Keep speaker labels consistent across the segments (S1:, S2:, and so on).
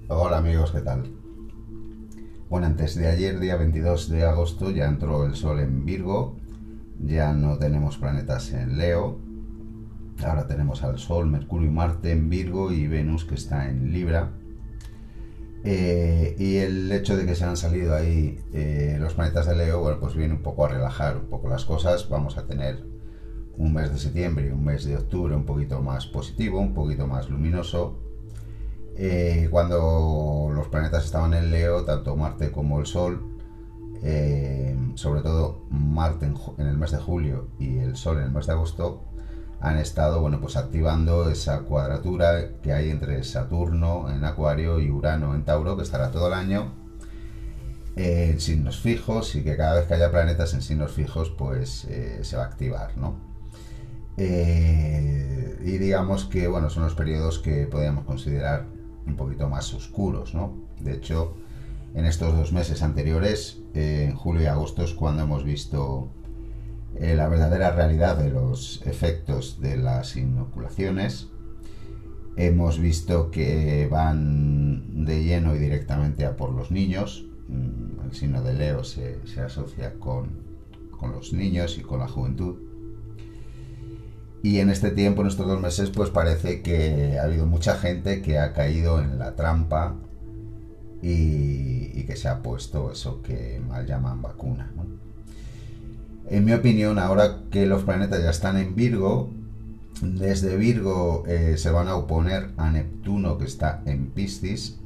S1: Hola amigos, ¿qué tal? Bueno, antes de ayer, día 22 de agosto, ya entró el Sol en Virgo, ya no tenemos planetas en Leo, ahora tenemos al Sol, Mercurio y Marte en Virgo y Venus que está en Libra. Y el hecho de que se han salido ahí los planetas de Leo, bueno, pues viene un poco a relajar un poco las cosas. Vamos a tener un mes de septiembre y un mes de octubre un poquito más positivo, un poquito más luminoso. Cuando los planetas estaban en Leo, tanto Marte como el Sol, sobre todo Marte en el mes de julio y el Sol en el mes de agosto, han estado, bueno, pues activando esa cuadratura que hay entre Saturno en Acuario y Urano en Tauro, que estará todo el año en signos fijos, y que cada vez que haya planetas en signos fijos, pues se va a activar, ¿no? Y digamos que, bueno, son los periodos que podríamos considerar un poquito más oscuros, ¿no? De hecho, en estos 2 meses anteriores, en julio y agosto, es cuando hemos visto la verdadera realidad de los efectos de las inoculaciones. Hemos visto que van de lleno y directamente a por los niños. El signo de Leo se asocia con los niños y con la juventud. Y en este tiempo, en estos 2 meses, pues parece que ha habido mucha gente que ha caído en la trampa y que se ha puesto eso que mal llaman vacuna, ¿no? En mi opinión, ahora que los planetas ya están en Virgo, desde Virgo se van a oponer a Neptuno, que está en Piscis.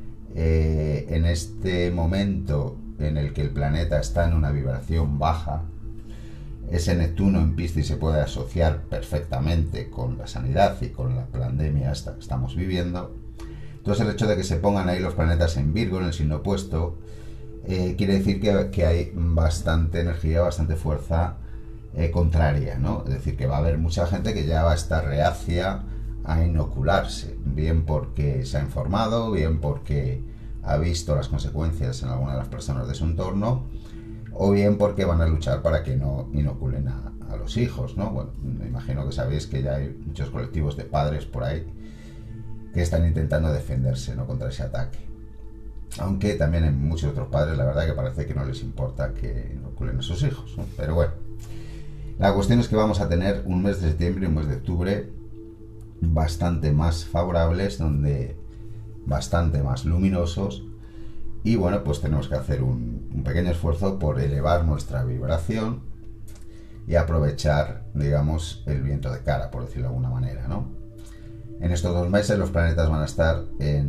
S1: En este momento en el que el planeta está en una vibración baja, ese Neptuno en Piscis se puede asociar perfectamente con la sanidad y con la pandemia esta que estamos viviendo. Entonces el hecho de que se pongan ahí los planetas en Virgo, en el signo opuesto, quiere decir que hay bastante energía, bastante fuerza contraria, ¿no? Es decir, que va a haber mucha gente que ya va a estar reacia a inocularse, bien porque se ha informado, bien porque ha visto las consecuencias en alguna de las personas de su entorno, o bien porque van a luchar para que no inoculen a los hijos, ¿no? Bueno, me imagino que sabéis que ya hay muchos colectivos de padres por ahí que están intentando defenderse, ¿no?, contra ese ataque. Aunque también hay muchos otros padres, la verdad, que parece que no les importa que inoculen a sus hijos, ¿no? Pero bueno, la cuestión es que vamos a tener un mes de septiembre y un mes de octubre bastante más favorables, donde bastante más luminosos. Y bueno, pues tenemos que hacer un pequeño esfuerzo por elevar nuestra vibración y aprovechar, digamos, el viento de cara, por decirlo de alguna manera, ¿no? En estos 2 meses los planetas van a estar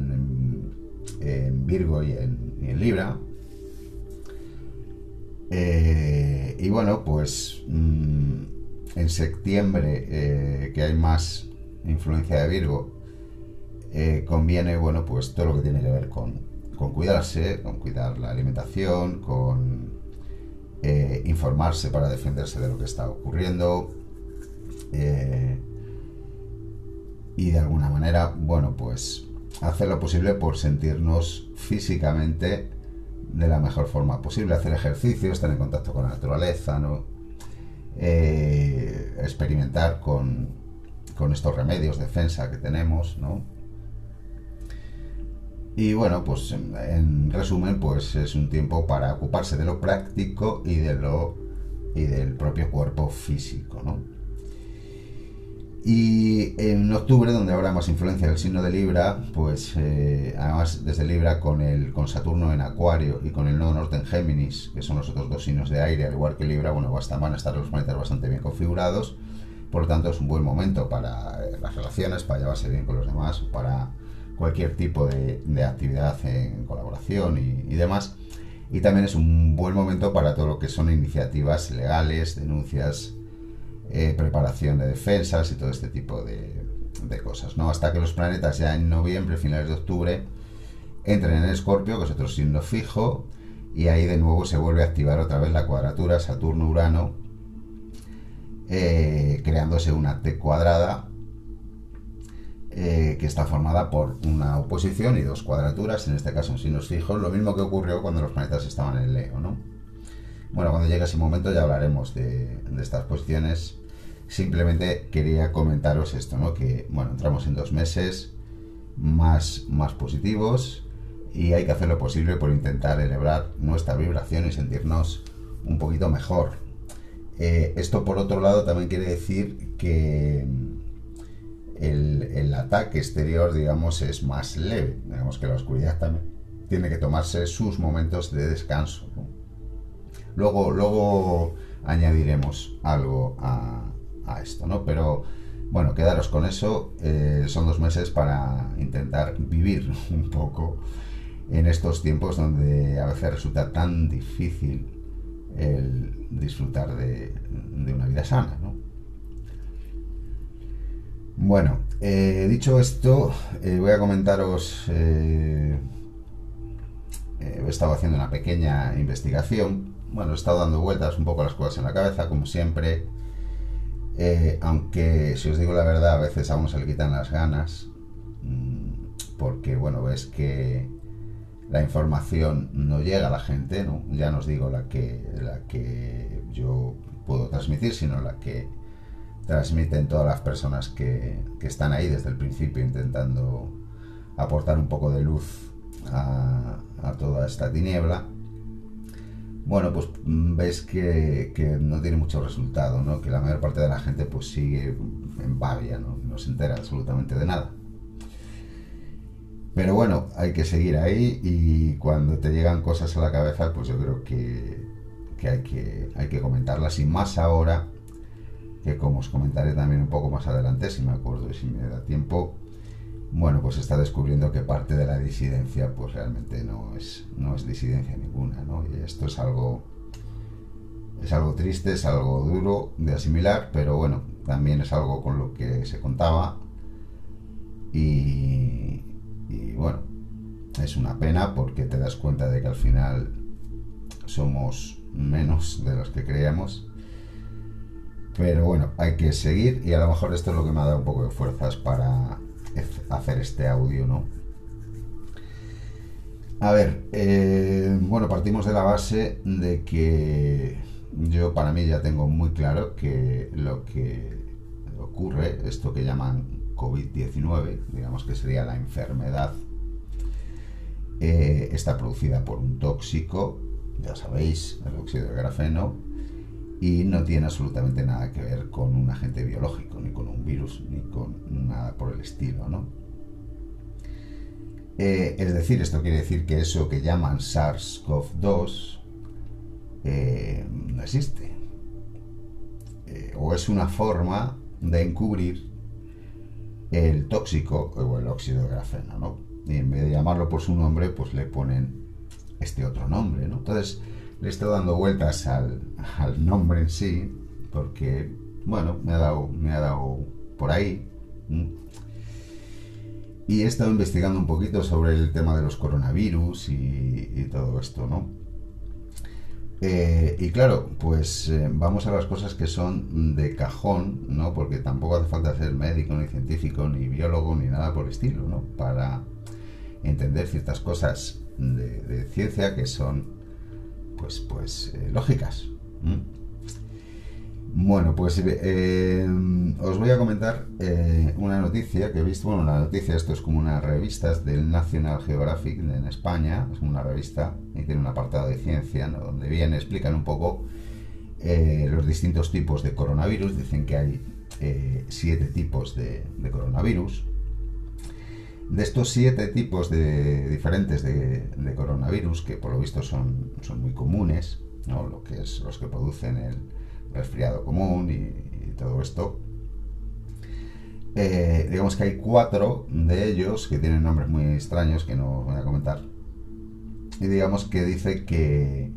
S1: en Virgo y en Libra. Y bueno, pues en septiembre, que hay más influencia de Virgo, conviene, bueno, pues todo lo que tiene que ver con cuidarse, con cuidar la alimentación, con informarse para defenderse de lo que está ocurriendo, y de alguna manera, bueno, pues hacer lo posible por sentirnos físicamente de la mejor forma posible, hacer ejercicio, estar en contacto con la naturaleza, ¿no? Experimentar con estos remedios de defensa que tenemos, ¿no? Y bueno, pues en resumen, pues es un tiempo para ocuparse de lo práctico y del propio cuerpo físico, ¿no? Y en octubre, donde habrá más influencia del signo de Libra, pues además desde Libra con Saturno en Acuario y con el nodo norte en Géminis, que son los otros dos signos de aire, al igual que Libra, bueno, van a estar los planetas bastante bien configurados. Por lo tanto, es un buen momento para las relaciones, para llevarse bien con los demás, para cualquier tipo de actividad en colaboración y demás. Y también es un buen momento para todo lo que son iniciativas legales, denuncias, preparación de defensas y todo este tipo de cosas, ¿no? Hasta que los planetas ya en noviembre, finales de octubre, entren en Escorpio, que es otro signo fijo, y ahí de nuevo se vuelve a activar otra vez la cuadratura Saturno-Urano, creándose una T cuadrada, que está formada por una oposición y dos cuadraturas, en este caso en signos fijos, lo mismo que ocurrió cuando los planetas estaban en Leo, ¿no? Bueno, cuando llegue ese momento ya hablaremos de estas posiciones. Simplemente quería comentaros esto, ¿no? Que, bueno, entramos en 2 meses más positivos, y hay que hacer lo posible por intentar elevar nuestra vibración y sentirnos un poquito mejor. Esto, por otro lado, también quiere decir que el ataque exterior, digamos, es más leve. Digamos que la oscuridad también tiene que tomarse sus momentos de descanso, ¿no? Luego añadiremos algo a esto, ¿no? Pero bueno, quedaros con eso. Son 2 meses para intentar vivir un poco en estos tiempos donde a veces resulta tan difícil el disfrutar de una vida sana, ¿no? Bueno, dicho esto, voy a comentaros. He estado haciendo una pequeña investigación. Bueno, he estado dando vueltas un poco las cosas en la cabeza, como siempre. Aunque, si os digo la verdad, a veces a uno se le quitan las ganas. Porque, bueno, ves que la información no llega a la gente, ¿no? Ya no os digo la que yo puedo transmitir, sino la que transmiten todas las personas que están ahí desde el principio intentando aportar un poco de luz a toda esta tiniebla. Bueno, pues ves que no tiene mucho resultado, ¿no? Que la mayor parte de la gente pues sigue en babia, ¿no? No se entera absolutamente de nada. Pero bueno, hay que seguir ahí, y cuando te llegan cosas a la cabeza, pues yo creo que hay que comentarlas, y más ahora, que como os comentaré también un poco más adelante, si me acuerdo y si me da tiempo, bueno, pues está descubriendo que parte de la disidencia pues realmente no es disidencia ninguna, ¿no? Y esto es algo triste, es algo duro de asimilar, pero bueno, también es algo con lo que se contaba, y bueno, es una pena porque te das cuenta de que al final somos menos de los que creíamos. Pero bueno, hay que seguir, y a lo mejor esto es lo que me ha dado un poco de fuerzas para hacer este audio, ¿no? A ver, bueno, partimos de la base de que yo, para mí, ya tengo muy claro que lo que ocurre, esto que llaman COVID-19, digamos que sería la enfermedad, está producida por un tóxico, ya sabéis, el óxido de grafeno, y no tiene absolutamente nada que ver con un agente biológico, ni con un virus, ni con nada por el estilo, ¿no? Es decir, esto quiere decir que eso que llaman SARS-CoV-2 no existe. O es una forma de encubrir el tóxico o el óxido de grafeno, ¿no? Y en vez de llamarlo por su nombre, pues le ponen este otro nombre, ¿no? Entonces, le estoy dando vueltas al nombre en sí, porque, bueno, me ha dado por ahí. Y he estado investigando un poquito sobre el tema de los coronavirus y todo esto, ¿no? Y claro, pues vamos a las cosas que son de cajón, ¿no? Porque tampoco hace falta ser médico, ni científico, ni biólogo, ni nada por el estilo, ¿no? Para entender ciertas cosas de ciencia que son pues lógicas. Bueno, pues os voy a comentar una noticia que he visto. Bueno, una noticia, esto es como unas revistas del National Geographic en España, es una revista y tiene un apartado de ciencia, ¿no? Donde explican un poco los distintos tipos de coronavirus. Dicen que hay 7 tipos de coronavirus. De estos 7 tipos diferentes de coronavirus, que por lo visto son muy comunes, ¿no? Los que producen el resfriado común y todo esto, digamos que hay 4 de ellos que tienen nombres muy extraños que no voy a comentar, y digamos que dice que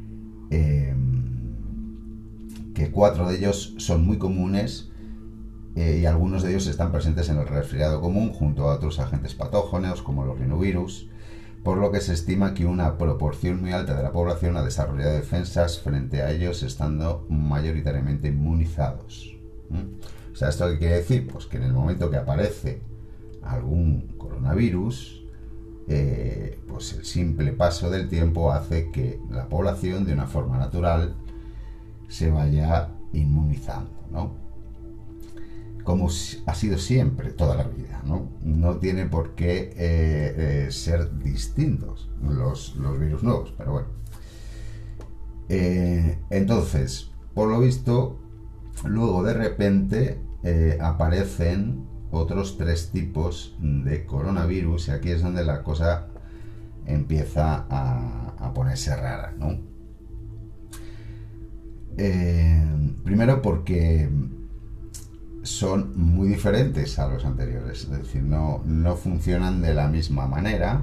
S1: 4 de ellos son muy comunes, y algunos de ellos están presentes en el resfriado común junto a otros agentes patógenos como los rinovirus, por lo que se estima que una proporción muy alta de la población ha desarrollado defensas frente a ellos, estando mayoritariamente inmunizados. O sea, ¿esto qué quiere decir? Pues que en el momento que aparece algún coronavirus, pues el simple paso del tiempo hace que la población, de una forma natural, se vaya inmunizando, ¿no? como ha sido siempre, toda la vida, ¿no? No tiene por qué ser distintos los virus nuevos, pero bueno. Entonces, por lo visto, luego de repente aparecen otros 3 tipos de coronavirus, y aquí es donde la cosa empieza a ponerse rara, ¿no? Primero porque son muy diferentes a los anteriores, es decir, no funcionan de la misma manera.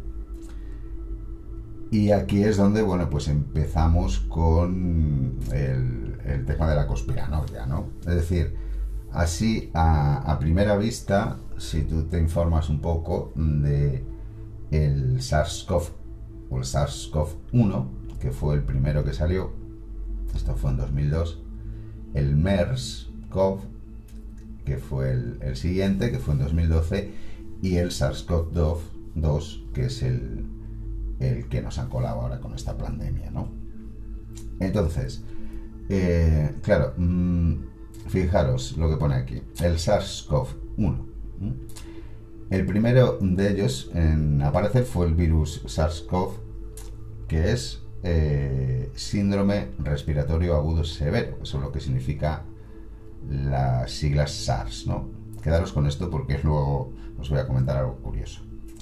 S1: Y aquí es donde, bueno, pues empezamos con el tema de la conspiranoia, ¿no? Es decir, así a primera vista, si tú te informas un poco de el SARS-CoV o el SARS-CoV-1, que fue el primero que salió, esto fue en 2002, el MERS-CoV, que fue el siguiente, que fue en 2012, y el SARS-CoV-2, que es el que nos han colado ahora con esta pandemia, ¿no? Entonces, claro, fijaros lo que pone aquí, el SARS-CoV-1. El primero de ellos en aparecer fue el virus SARS-CoV, que es síndrome respiratorio agudo severo. Eso es lo que significa las siglas SARS, ¿no? Quedaros con esto porque luego os voy a comentar algo curioso.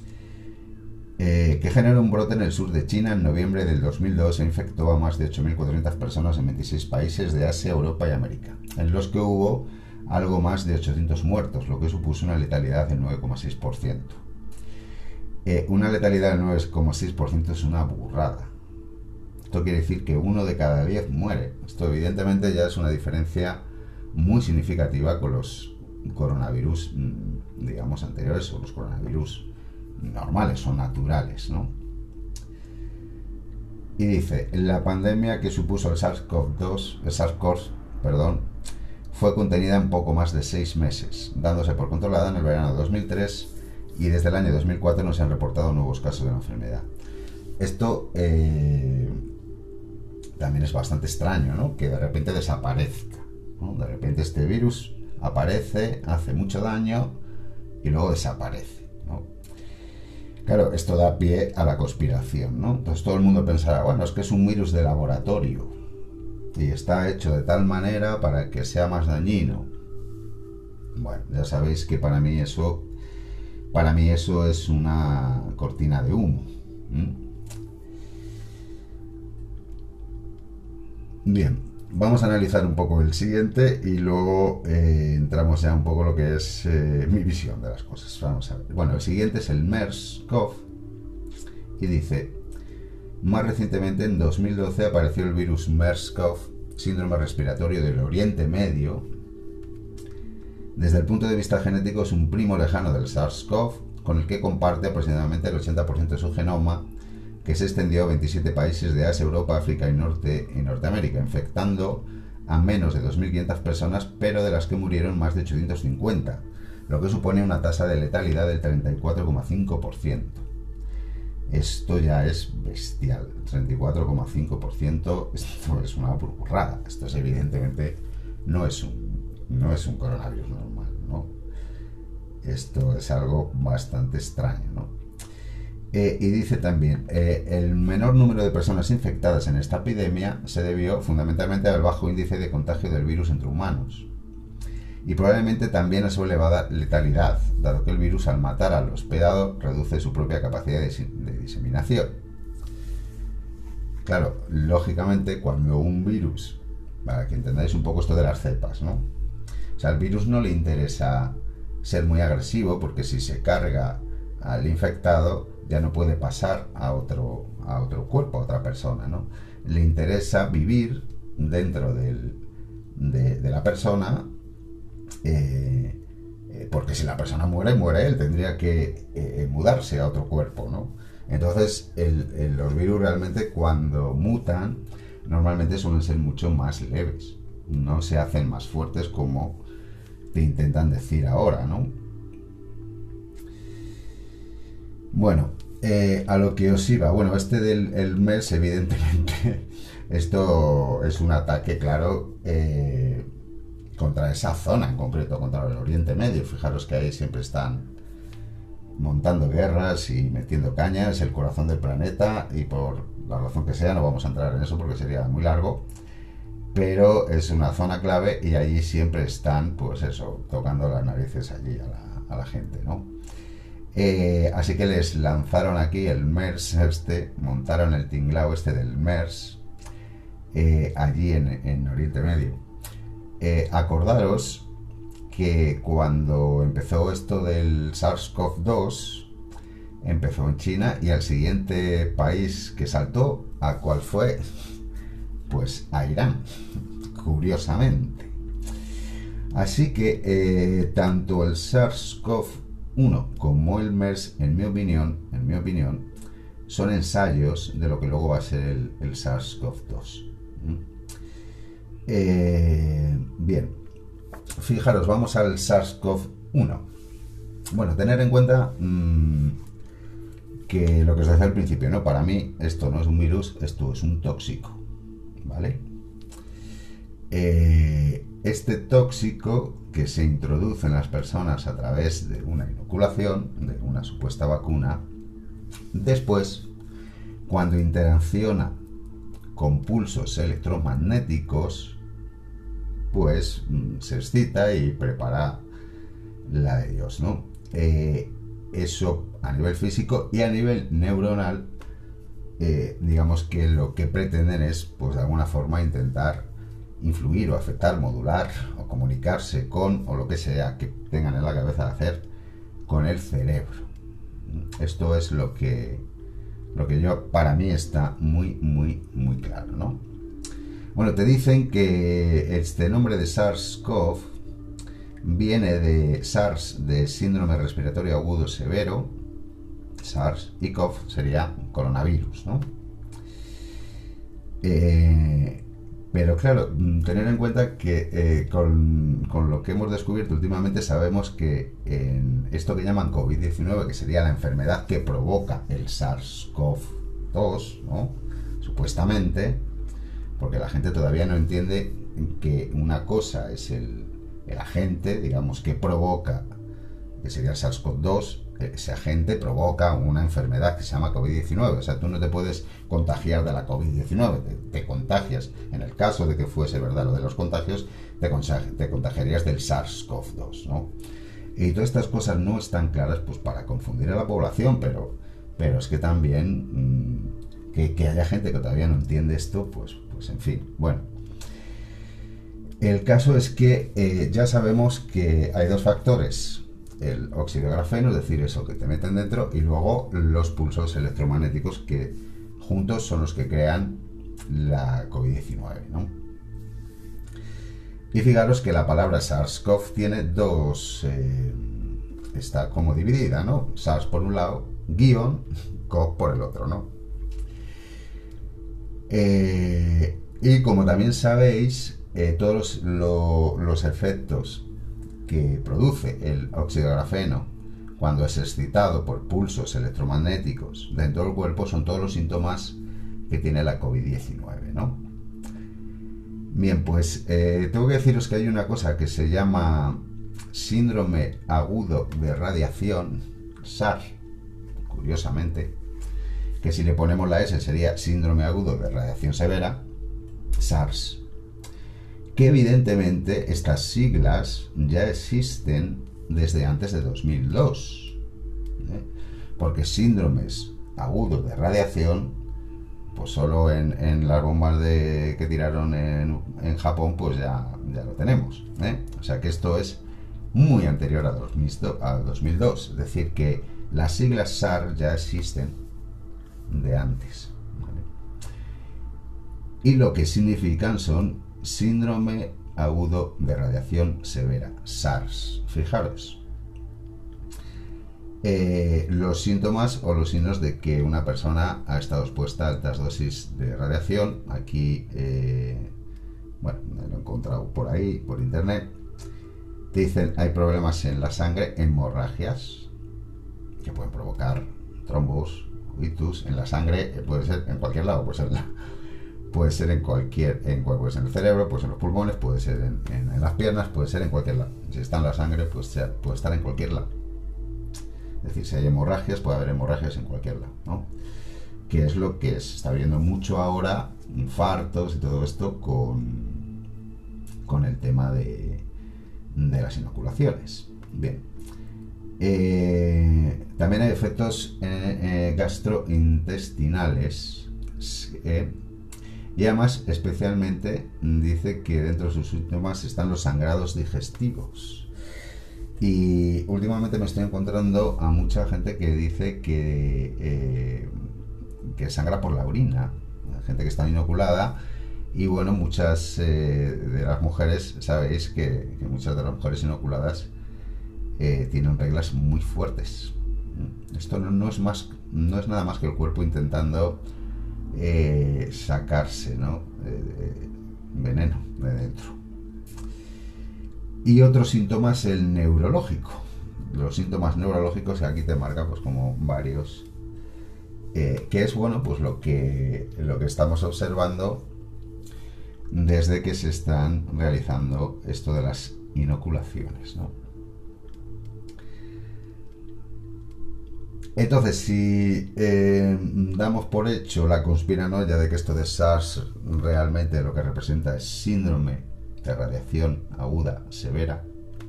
S1: Que generó un brote en el sur de China en noviembre del 2002 e infectó a más de 8.400 personas en 26 países de Asia, Europa y América, en los que hubo algo más de 800 muertos, lo que supuso una letalidad del 9,6%. Una letalidad del 9,6% es una burrada. Esto quiere decir que 1 de cada 10 muere. Esto evidentemente ya es una diferencia muy significativa con los coronavirus, digamos, anteriores, o los coronavirus normales o naturales, ¿no? Y dice, la pandemia que supuso el SARS-CoV, fue contenida en poco más de 6 meses, dándose por controlada en el verano de 2003, y desde el año 2004 no se han reportado nuevos casos de la enfermedad. Esto también es bastante extraño, ¿no? Que de repente desaparezca, ¿no? De repente este virus aparece, hace mucho daño y luego desaparece, ¿no? Claro, esto da pie a la conspiración, ¿no? Entonces todo el mundo pensará, bueno, es que es un virus de laboratorio y está hecho de tal manera para que sea más dañino. Bueno, ya sabéis que para mí eso es una cortina de humo. Bien, vamos a analizar un poco el siguiente y luego entramos ya un poco lo que es mi visión de las cosas. Vamos a ver. Bueno, el siguiente es el MERS-CoV y dice, más recientemente en 2012 apareció el virus MERS-CoV, síndrome respiratorio del Oriente Medio. Desde el punto de vista genético es un primo lejano del SARS-CoV, con el que comparte aproximadamente el 80% de su genoma, que se extendió a 27 países de Asia, Europa, África y Norteamérica, infectando a menos de 2.500 personas, pero de las que murieron más de 850, lo que supone una tasa de letalidad del 34,5%. Esto ya es bestial, 34,5%, esto es una burrada, esto es evidentemente no es un coronavirus normal, ¿no? Esto es algo bastante extraño, ¿no? Y dice también, el menor número de personas infectadas en esta epidemia se debió fundamentalmente al bajo índice de contagio del virus entre humanos y probablemente también a su elevada letalidad, dado que el virus al matar al hospedado reduce su propia capacidad de diseminación. Claro, lógicamente cuando un virus, para que entendáis un poco esto de las cepas, ¿no? O sea, al virus no le interesa ser muy agresivo porque si se carga al infectado ya no puede pasar a otro cuerpo, a otra persona, ¿no? Le interesa vivir dentro de la persona, porque si la persona muere él, tendría que mudarse a otro cuerpo, ¿no? Entonces los virus realmente cuando mutan normalmente suelen ser mucho más leves, no se hacen más fuertes como te intentan decir ahora, ¿no? Bueno, a lo que os iba, bueno, este del MERS, evidentemente, esto es un ataque, claro, contra esa zona en concreto, contra el Oriente Medio. Fijaros que ahí siempre están montando guerras y metiendo cañas, el corazón del planeta, y por la razón que sea, no vamos a entrar en eso porque sería muy largo, pero es una zona clave y allí siempre están, pues eso, tocando las narices allí a la gente, ¿no? Así que les lanzaron aquí el MERS montaron el tinglao del MERS allí en Oriente Medio. Acordaros que cuando empezó esto del SARS-CoV-2 empezó en China, y al siguiente país que saltó, ¿a cuál fue? Pues a Irán, curiosamente. Así que tanto el SARS-CoV-1 como el MERS, en mi opinión, son ensayos de lo que luego va a ser el SARS-CoV-2. Bien, fijaros, vamos al SARS-CoV-1. Bueno, tener en cuenta que lo que os decía al principio, ¿no? Para mí esto no es un virus, esto es un tóxico, ¿vale? Este tóxico que se introduce en las personas a través de una inoculación, de una supuesta vacuna, después, cuando interacciona con pulsos electromagnéticos, pues se excita y prepara la de Dios, ¿no? Eso a nivel físico, y a nivel neuronal, digamos que lo que pretenden es, pues de alguna forma, intentar influir o afectar, modular o comunicarse con, o lo que sea que tengan en la cabeza de hacer, con el cerebro. Esto es lo que para mí está muy claro, ¿no? Bueno, te dicen que este nombre de SARS-CoV viene de SARS, de síndrome respiratorio agudo severo, SARS, y CoV sería coronavirus, ¿no? Pero claro, tener en cuenta que con lo que hemos descubierto últimamente, sabemos que en esto que llaman COVID-19, que sería la enfermedad que provoca el SARS-CoV-2, ¿no? Supuestamente, porque la gente todavía no entiende que una cosa es el agente, digamos, que provoca, que sería el SARS-CoV-2, ese agente provoca una enfermedad que se llama COVID-19. O sea, tú no te puedes contagiar de la COVID-19, te contagias. En el caso de que fuese verdad lo de los contagios, te contagiarías del SARS-CoV-2, ¿no? Y todas estas cosas no están claras, pues para confundir a la población, pero es que también que haya gente que todavía no entiende esto, pues en fin, bueno. El caso es que ya sabemos que hay dos factores: el óxido de grafeno, es decir, eso que te meten dentro, y luego los pulsos electromagnéticos, que juntos son los que crean la COVID-19, ¿no? Y fijaros que la palabra SARS-CoV tiene dos, está como dividida, ¿no? SARS por un lado, guión, CoV por el otro, ¿no? Y como también sabéis, todos los efectos que produce el óxido de grafeno cuando es excitado por pulsos electromagnéticos dentro del cuerpo son todos los síntomas que tiene la COVID-19, ¿no? Bien, pues tengo que deciros que hay una cosa que se llama síndrome agudo de radiación, SAR, curiosamente, que si le ponemos la S sería síndrome agudo de radiación severa, SARS, que evidentemente estas siglas ya existen desde antes de 2002, porque síndromes agudos de radiación, pues solo en las bombas que tiraron en Japón, pues ya lo tenemos, o sea que esto es muy anterior a 2002, es decir, que las siglas SAR ya existen de antes, ¿vale? Y lo que significan son síndrome agudo de radiación severa, SARS. Fijaros, los síntomas o los signos de que una persona ha estado expuesta a altas dosis de radiación. Aquí, bueno, me lo he encontrado por ahí, por internet. Te dicen, hay problemas en la sangre, hemorragias, que pueden provocar trombos, ictus en la sangre, puede ser en cualquier lado, puede ser puede ser puede ser en el cerebro, puede ser en los pulmones, puede ser en las piernas, puede ser en cualquier lado. Si está en la sangre, pues puede estar en cualquier lado. Es decir, si hay hemorragias, puede haber hemorragias en cualquier lado, ¿no? Que es lo que se está viendo mucho ahora, infartos y todo esto con el tema de las inoculaciones. Bien. También hay efectos gastrointestinales, y además especialmente dice que dentro de sus síntomas están los sangrados digestivos. Y últimamente me estoy encontrando a mucha gente que dice que sangra por la orina, gente que está inoculada. Y bueno, muchas de las mujeres, sabéis que muchas de las mujeres inoculadas tienen reglas muy fuertes. Esto no es nada más que el cuerpo intentando sacarse, ¿no? Veneno de dentro. Y otro síntoma es el neurológico. Los síntomas neurológicos, aquí te marca pues como varios, que es bueno, pues lo que estamos observando desde que se están realizando esto de las inoculaciones, ¿no? Entonces, si damos por hecho la conspiranoia de que esto de SARS realmente lo que representa es síndrome de radiación aguda severa,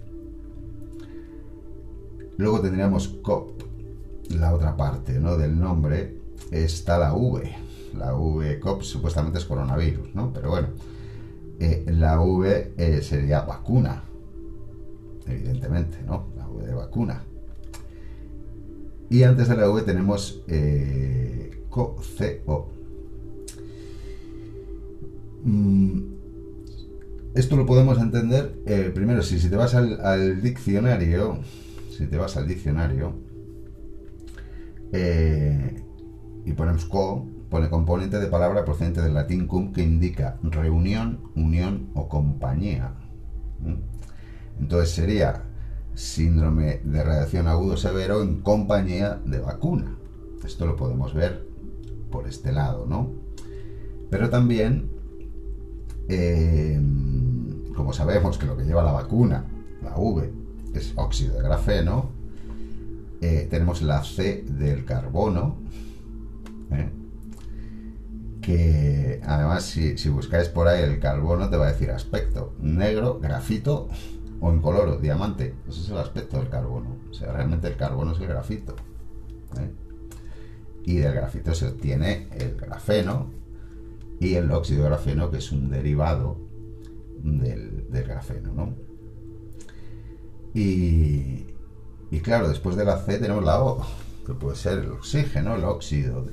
S1: luego tendríamos COP, la otra parte, ¿no?, del nombre, está la V. La V COP supuestamente es coronavirus, ¿no? Pero bueno, la V sería vacuna, evidentemente, ¿no? La V de vacuna. Y antes de la V tenemos CO. Esto lo podemos entender primero si te vas al diccionario. Si te vas al diccionario y ponemos co, pone componente de palabra procedente del latín cum, que indica reunión, unión o compañía. Entonces sería síndrome de radiación agudo severo en compañía de vacuna. Esto lo podemos ver por este lado, ¿no? Pero también, como sabemos que lo que lleva la vacuna, la V, es óxido de grafeno, tenemos la C del carbono, que además si buscáis por ahí el carbono te va a decir aspecto negro, grafito o incoloro, diamante. Ese es el aspecto del carbono. O sea, realmente el carbono es el grafito, y del grafito se obtiene el grafeno y el óxido de grafeno, que es un derivado del grafeno, ¿no? Y claro, después de la C tenemos la O, que puede ser el oxígeno, el óxido.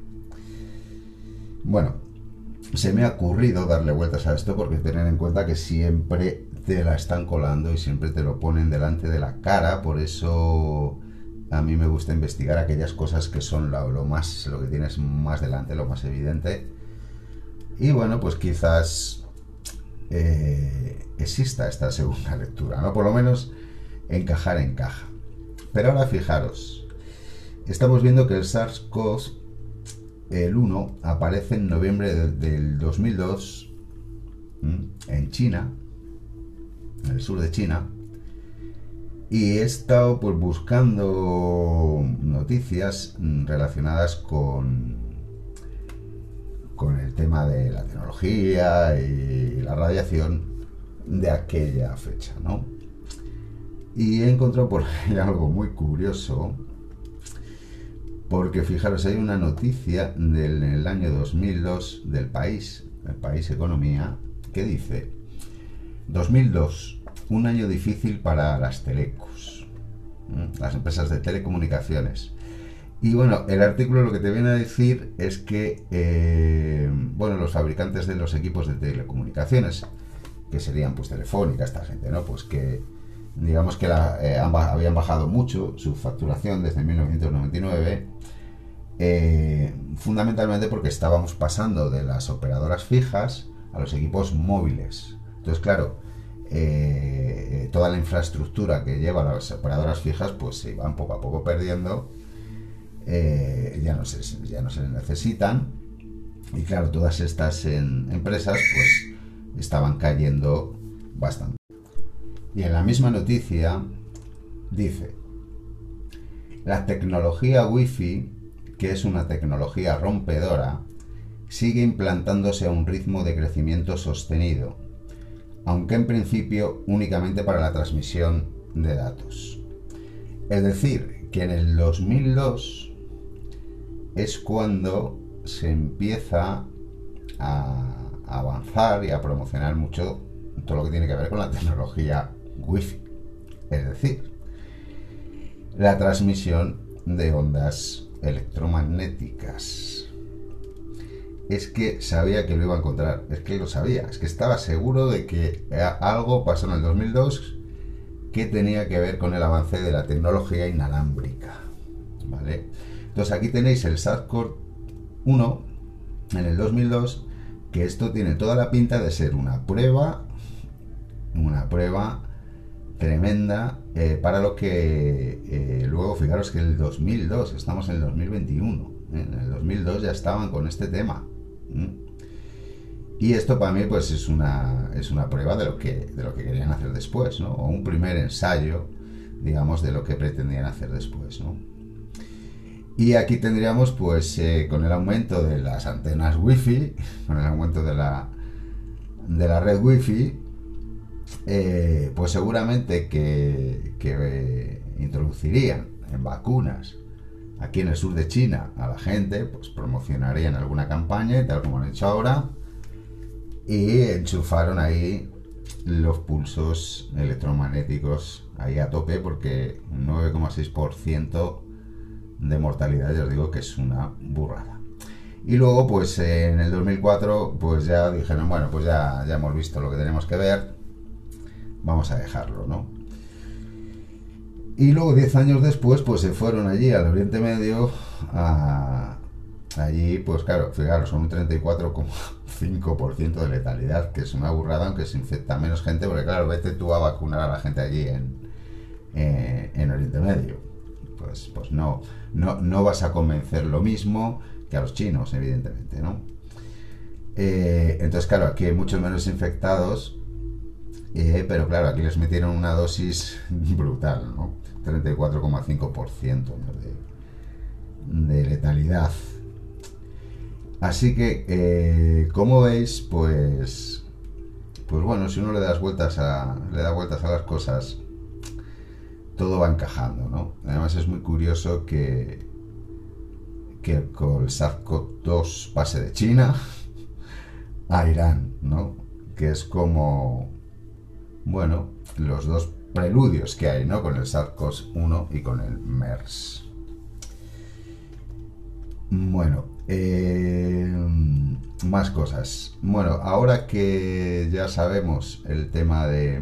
S1: Bueno, se me ha ocurrido darle vueltas a esto porque tener en cuenta que siempre te la están colando y siempre te lo ponen delante de la cara. Por eso a mí me gusta investigar aquellas cosas que son lo que tienes más delante, lo más evidente. Y bueno, pues quizás exista esta segunda lectura, ¿no? Por lo menos encaja. Pero ahora fijaros, estamos viendo que el SARS-CoV-1 aparece en noviembre del 2002 en China, en el sur de China, y he estado pues buscando noticias relacionadas con el tema de la tecnología y la radiación de aquella fecha, ¿no? Y he encontrado por ahí algo muy curioso, porque fijaros, hay una noticia en el año 2002 del País, el País Economía, que dice: 2002, un año difícil para las telecos, las empresas de telecomunicaciones. Y bueno, el artículo lo que te viene a decir es que los fabricantes de los equipos de telecomunicaciones, que serían pues Telefónica, esta gente, ¿no? Pues que digamos que habían bajado mucho su facturación desde 1999, fundamentalmente porque estábamos pasando de las operadoras fijas a los equipos móviles. Entonces, claro, toda la infraestructura que llevan las operadoras fijas pues se van poco a poco perdiendo, ya no se necesitan, Y claro, todas estas empresas pues estaban cayendo bastante. Y en la misma noticia dice: la tecnología Wi-Fi, que es una tecnología rompedora, sigue implantándose a un ritmo de crecimiento sostenido, aunque en principio únicamente para la transmisión de datos. Es decir, que en el 2002 es cuando se empieza a avanzar y a promocionar mucho todo lo que tiene que ver con la tecnología Wi-Fi. Es decir, la transmisión de ondas electromagnéticas. Es que sabía que lo iba a encontrar, es que lo sabía, es que estaba seguro de que algo pasó en el 2002 que tenía que ver con el avance de la tecnología inalámbrica, ¿vale? Entonces aquí tenéis el SATCOM-1 en el 2002, que esto tiene toda la pinta de ser una prueba tremenda para lo que luego, fijaros que el 2002, estamos en el 2021, en el 2002 ya estaban con este tema. Y esto para mí pues es una prueba de lo que querían hacer después, ¿no? O un primer ensayo, digamos, de lo que pretendían hacer después, ¿no? Y aquí tendríamos pues con el aumento de las antenas Wi-Fi, con el aumento de la red Wi-Fi, pues seguramente que introducirían en vacunas aquí en el sur de China a la gente, pues promocionarían alguna campaña, tal como han hecho ahora, y enchufaron ahí los pulsos electromagnéticos ahí a tope, porque un 9,6% de mortalidad, ya os digo que es una burrada. Y luego pues en el 2004 pues ya dijeron, bueno, pues ya hemos visto lo que tenemos que ver, vamos a dejarlo, ¿no? Y luego 10 años después pues se fueron allí al Oriente Medio, allí pues claro, fijaros, son un 34,5% de letalidad, que es una burrada, aunque se infecta menos gente, porque claro, vete tú a vacunar a la gente allí en Oriente Medio. Pues no vas a convencer lo mismo que a los chinos, evidentemente, ¿no? Entonces, claro, aquí hay muchos menos infectados, pero claro, aquí les metieron una dosis brutal, ¿no? 34,5%, ¿no? de letalidad. Así que, como veis, pues bueno, si uno le da vueltas a las cosas, todo va encajando, ¿no? Además es muy curioso que con el SARS-CoV-2 pase de China a Irán, ¿no? Que es como, bueno, los dos preludios que hay, ¿no? Con el SARS-CoV-1 y con el MERS. Bueno, más cosas. Bueno, ahora que ya sabemos el tema de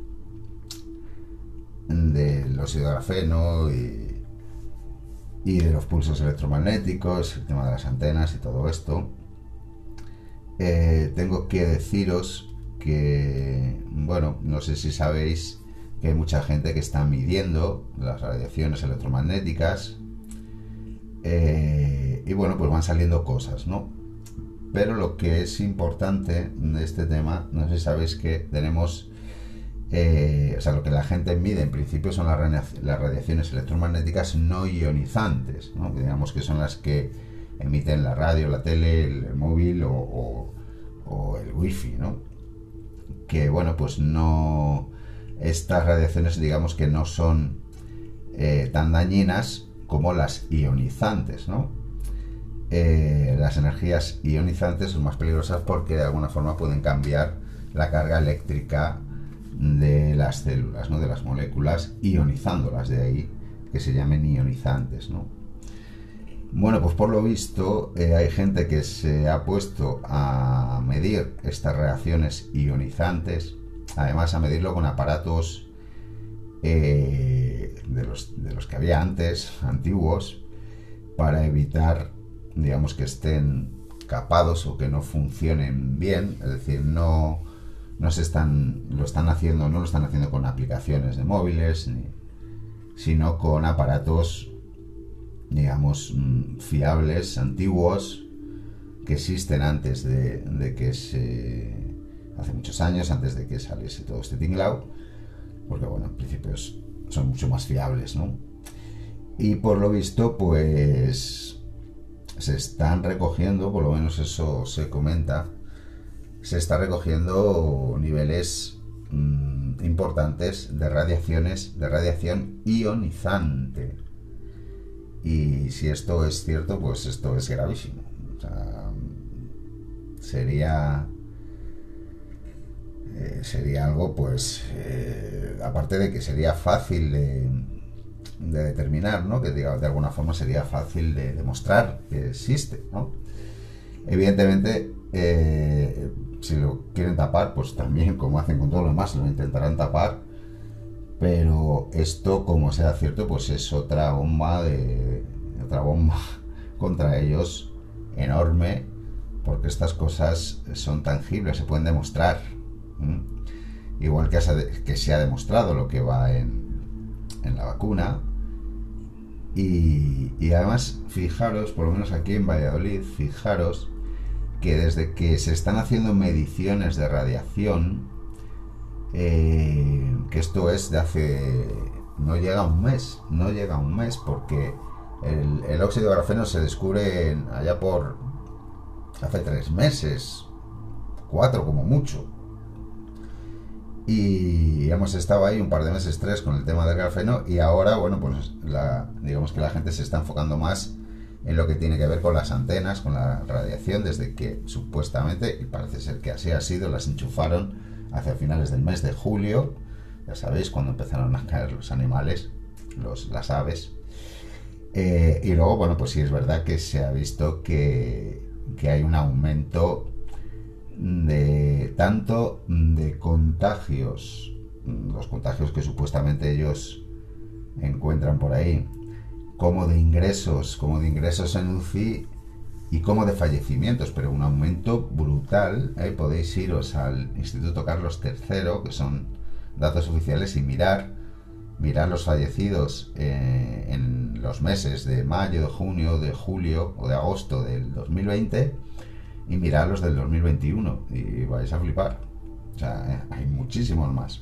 S1: los hidrografeno y de los pulsos electromagnéticos, el tema de las antenas y todo esto, tengo que deciros que, bueno, no sé si sabéis que hay mucha gente que está midiendo las radiaciones electromagnéticas, y bueno, pues van saliendo cosas, ¿no? Pero lo que es importante de este tema, no sé si sabéis que tenemos, o sea, lo que la gente mide en principio son las radiaciones electromagnéticas no ionizantes, ¿no? Digamos que son las que emiten la radio, la tele, el móvil o el wifi, ¿no? Que bueno, pues no, estas radiaciones digamos que no son tan dañinas como las ionizantes, ¿no? Las energías ionizantes son más peligrosas porque de alguna forma pueden cambiar la carga eléctrica de las células, ¿no? De las moléculas, ionizándolas, de ahí que se llamen ionizantes, ¿no? Bueno, pues por lo visto hay gente que se ha puesto a medir estas reacciones ionizantes, además a medirlo con aparatos de los que había antes, antiguos, para evitar, digamos, que estén capados o que no funcionen bien, es decir, no lo están haciendo con aplicaciones de móviles, sino con aparatos, digamos, fiables, antiguos, que existen antes de que hace muchos años, antes de que saliese todo este tinglao, porque bueno, en principio son mucho más fiables, ¿no? Y por lo visto, pues se están recogiendo, por lo menos eso se comenta, se está recogiendo niveles importantes de radiación ionizante. Y si esto es cierto, pues esto es gravísimo. O sea, sería algo, pues, aparte de que sería fácil de determinar, ¿no? Que de alguna forma sería fácil de demostrar que existe, ¿no? Evidentemente, si lo quieren tapar, pues también, como hacen con todo lo demás, lo intentarán tapar. Pero esto, como sea cierto, pues es otra bomba contra ellos enorme, porque estas cosas son tangibles, se pueden demostrar. Igual que se ha demostrado lo que va en la vacuna. Y además, fijaros, por lo menos aquí en Valladolid, fijaros que desde que se están haciendo mediciones de radiación, que esto es de hace... no llega a un mes, porque el óxido de grafeno se descubre allá por hace 3 meses, 4 como mucho, y hemos estado ahí un par de meses, 3, con el tema del grafeno, y ahora, bueno, pues digamos que la gente se está enfocando más en lo que tiene que ver con las antenas, con la radiación, desde que supuestamente, y parece ser que así ha sido, las enchufaron hacia finales del mes de julio, ya sabéis, cuando empezaron a caer los animales, las aves, y luego, bueno, pues sí es verdad que se ha visto que hay un aumento tanto de contagios, los contagios que supuestamente ellos encuentran por ahí, como de ingresos en UCI y como de fallecimientos, pero un aumento brutal. Podéis iros al Instituto Carlos III, que son datos oficiales, y mirar los fallecidos en los meses de mayo, de junio, de julio o de agosto del 2020, y mirad los del 2021 y vais a flipar. O sea, hay muchísimos más.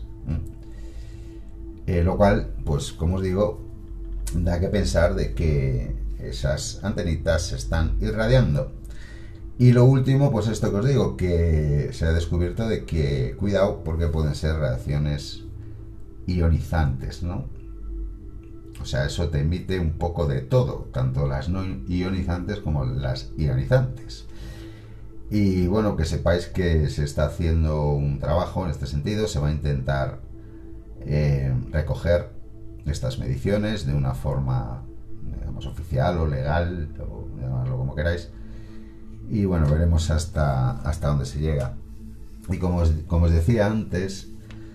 S1: Lo cual, pues como os digo, da que pensar de que esas antenitas se están irradiando. Y lo último, pues esto que os digo, que se ha descubierto de que, cuidado, porque pueden ser radiaciones ionizantes, ¿no? O sea, eso te emite un poco de todo, tanto las no ionizantes como las ionizantes. Y bueno, que sepáis que se está haciendo un trabajo en este sentido, se va a intentar recoger estas mediciones de una forma, digamos, oficial o legal, o llamadlo como queráis, y bueno, veremos hasta dónde se llega. Y como os decía antes,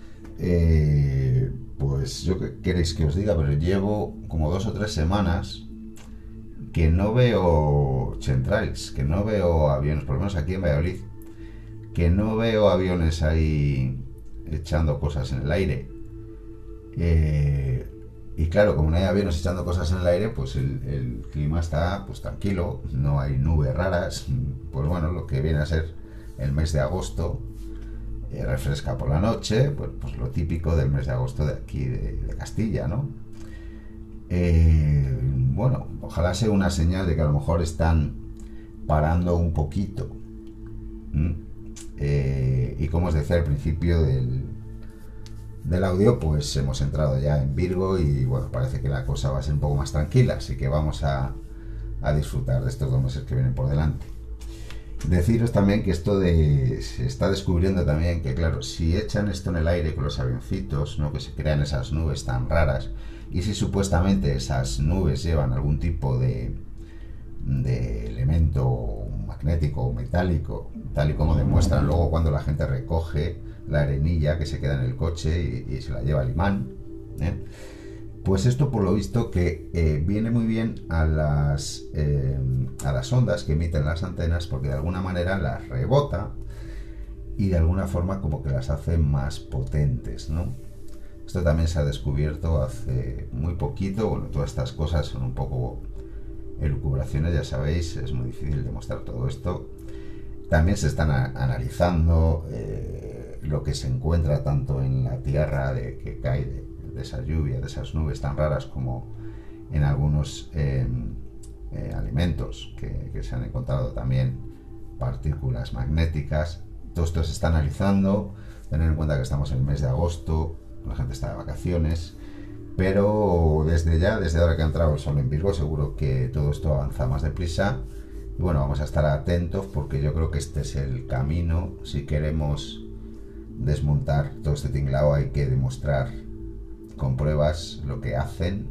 S1: pues yo qué queréis que os diga, pero llevo como 2 o 3 semanas que no veo chemtrails, que no veo aviones, por lo menos aquí en Valladolid, que no veo aviones ahí echando cosas en el aire. Y claro, como no hay aviones echando cosas en el aire, pues el clima está pues tranquilo, no hay nubes raras. Pues bueno, lo que viene a ser el mes de agosto, refresca por la noche, pues lo típico del mes de agosto de aquí de Castilla, ¿no? Bueno, ojalá sea una señal de que a lo mejor están parando un poquito. Y como os decía al principio del audio, pues hemos entrado ya en Virgo y bueno, parece que la cosa va a ser un poco más tranquila, así que vamos a disfrutar de estos 2 meses que vienen por delante. Deciros también que se está descubriendo también que, claro, si echan esto en el aire con los avioncitos, ¿no?, que se crean esas nubes tan raras, y si supuestamente esas nubes llevan algún tipo de elemento magnético o metálico, tal y como demuestran luego cuando la gente recoge la arenilla que se queda en el coche y se la lleva al imán, pues esto, por lo visto, que viene muy bien a las ondas que emiten las antenas, porque de alguna manera las rebota y de alguna forma como que las hace más potentes, ¿no? Esto también se ha descubierto hace muy poquito. Bueno, todas estas cosas son un poco elucubraciones, ya sabéis, es muy difícil demostrar todo esto. También se están analizando lo que se encuentra tanto en la tierra que cae de esa lluvia, de esas nubes tan raras, como en algunos alimentos que se han encontrado también partículas magnéticas. Todo esto se está analizando. Tener en cuenta que estamos en el mes de agosto, la gente está de vacaciones, pero desde ahora que ha entrado el sol en Virgo, seguro que todo esto avanza más deprisa. Y bueno, vamos a estar atentos, porque yo creo que este es el camino. Si queremos desmontar todo este tinglao, hay que demostrar con pruebas lo que hacen.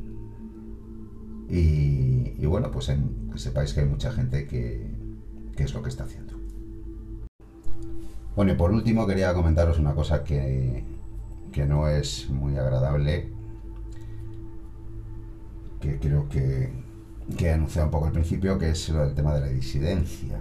S1: Y bueno, pues que sepáis que hay mucha gente que es lo que está haciendo. Bueno, y por último quería comentaros una cosa que no es muy agradable, que creo que he anunciado un poco al principio, que es lo del tema de la disidencia.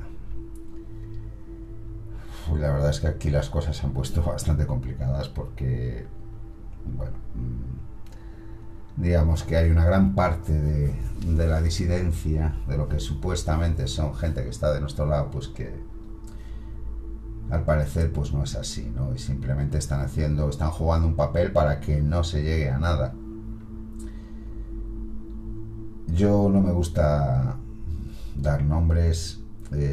S1: La verdad es que aquí las cosas se han puesto bastante complicadas, porque, bueno, digamos que hay una gran parte de la disidencia, de lo que supuestamente son gente que está de nuestro lado, pues que al parecer pues no es así, ¿no? Y simplemente están jugando un papel para que no se llegue a nada. Yo no me gusta dar nombres,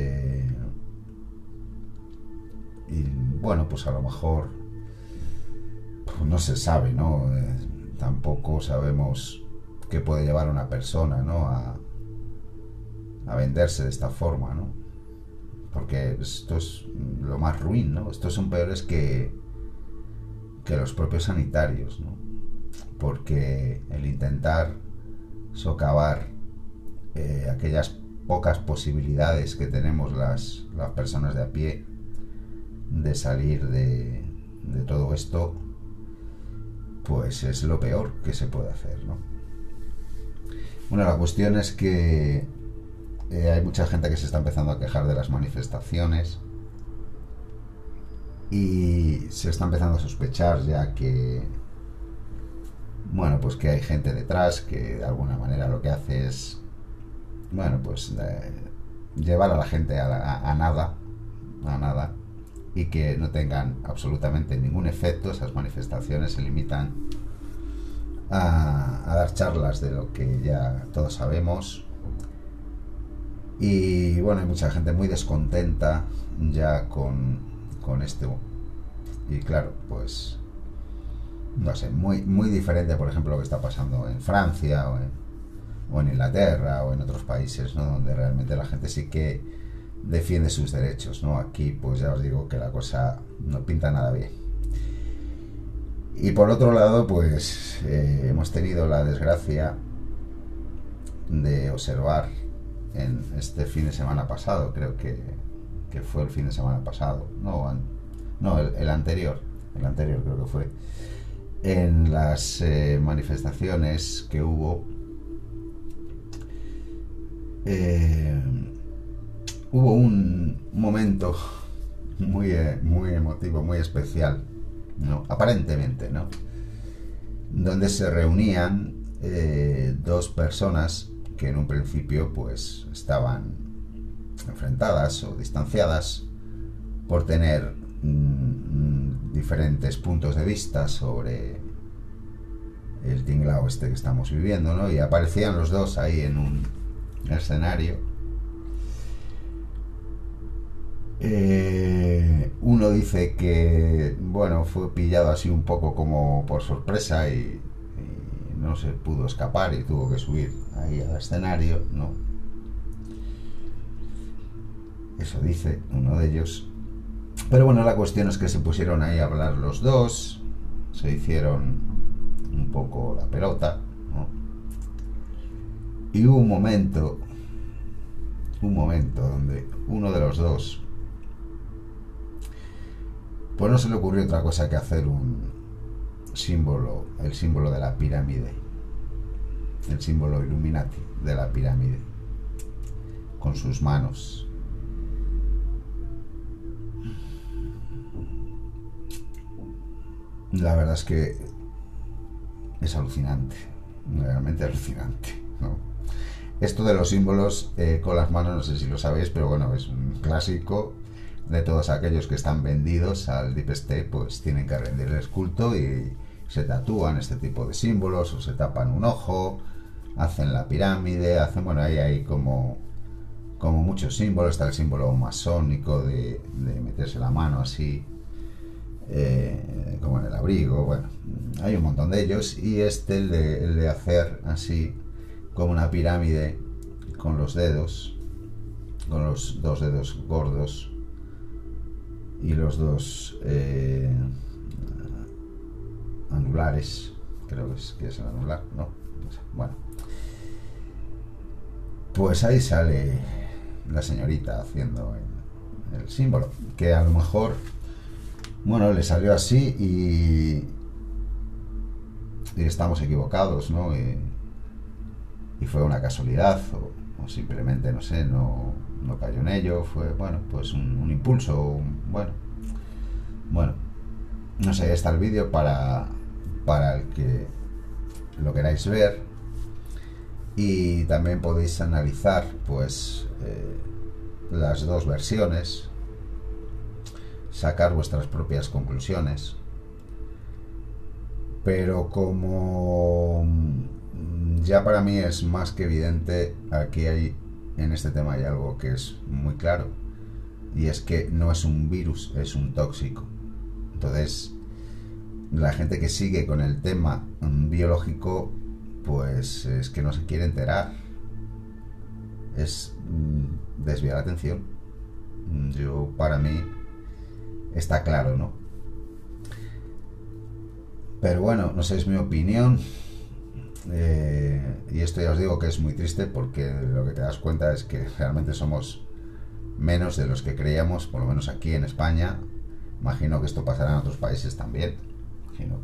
S1: y bueno, pues a lo mejor pues no se sabe, ¿no? Tampoco sabemos qué puede llevar a una persona, ¿no? a venderse de esta forma, ¿no? Porque esto es lo más ruin, ¿no? Estos son peores que los propios sanitarios, ¿no? Porque el intentar socavar aquellas pocas posibilidades que tenemos las personas de a pie de salir de todo esto, pues es lo peor que se puede hacer, ¿no? Bueno, la cuestión es que hay mucha gente que se está empezando a quejar de las manifestaciones, y se está empezando a sospechar ya que, bueno, pues que hay gente detrás que de alguna manera lo que hace es, bueno, pues llevar a la gente a nada, y que no tengan absolutamente ningún efecto. Esas manifestaciones se limitan a dar charlas de lo que ya todos sabemos. Y bueno, hay mucha gente muy descontenta ya con esto. Y claro, pues no sé, muy diferente, por ejemplo, lo que está pasando en Francia o en Inglaterra o en otros países, ¿no? Donde realmente la gente sí que defiende sus derechos, ¿no? Aquí pues ya os digo que la cosa no pinta nada bien. Y por otro lado, pues hemos tenido la desgracia de observar en este fin de semana pasado, creo que fue el fin de semana pasado, no, el anterior creo que fue, en las manifestaciones que hubo, hubo un momento muy emotivo, muy especial, ¿no? Aparentemente, ¿no? Donde se reunían dos personas que en un principio pues estaban enfrentadas o distanciadas por tener diferentes puntos de vista sobre el tinglao este que estamos viviendo, ¿no? Y aparecían los dos ahí en un escenario. Uno dice que, bueno, fue pillado así un poco como por sorpresa y no se pudo escapar y tuvo que subir ahí al escenario, ¿no? Eso dice uno de ellos. Pero bueno, la cuestión es que se pusieron ahí a hablar los dos, se hicieron un poco la pelota, ¿no? Y hubo un momento donde uno de los dos, pues no se le ocurrió otra cosa que hacer el símbolo de la pirámide, el símbolo Illuminati de la pirámide, con sus manos. La verdad es que es alucinante, realmente alucinante, ¿no? Esto de los símbolos con las manos, no sé si lo sabéis, pero bueno, es un clásico de todos aquellos que están vendidos al Deep State, pues tienen que rendirles culto y se tatúan este tipo de símbolos o se tapan un ojo, hacen la pirámide, hacen, bueno, ahí hay como muchos símbolos. Está el símbolo masónico de meterse la mano así, como en el abrigo. Bueno, hay un montón de ellos, y este, el de hacer así como una pirámide con los dedos, con los dos dedos gordos y los dos anulares, creo que es el anular, ¿no? Bueno, pues ahí sale la señorita haciendo el símbolo, que a lo mejor, bueno, le salió así y estamos equivocados, ¿no? Y fue una casualidad o simplemente, no sé, no cayó en ello, fue, bueno, pues un impulso, bueno, no sé, está el vídeo para el que lo queráis ver, y también podéis analizar pues las dos versiones, sacar vuestras propias conclusiones, pero como ya para mí es más que evidente, aquí en este tema hay algo que es muy claro, y es que no es un virus, es un tóxico. Entonces, la gente que sigue con el tema biológico, pues es que no se quiere enterar, es desviar la atención. Para mí está claro, ¿no? Pero bueno, no sé, es mi opinión. Y esto ya os digo que es muy triste, porque lo que te das cuenta es que realmente somos menos de los que creíamos, por lo menos aquí en España. Imagino que esto pasará en otros países también, imagino.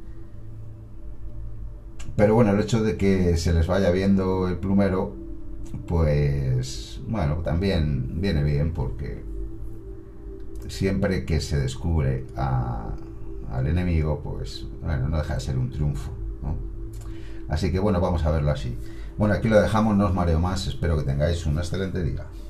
S1: Pero bueno, el hecho de que se les vaya viendo el plumero, pues bueno, también viene bien, porque siempre que se descubre al enemigo, pues bueno, no deja de ser un triunfo, ¿no? Así que bueno, vamos a verlo así. Bueno, aquí lo dejamos, no os mareo más, espero que tengáis un excelente día.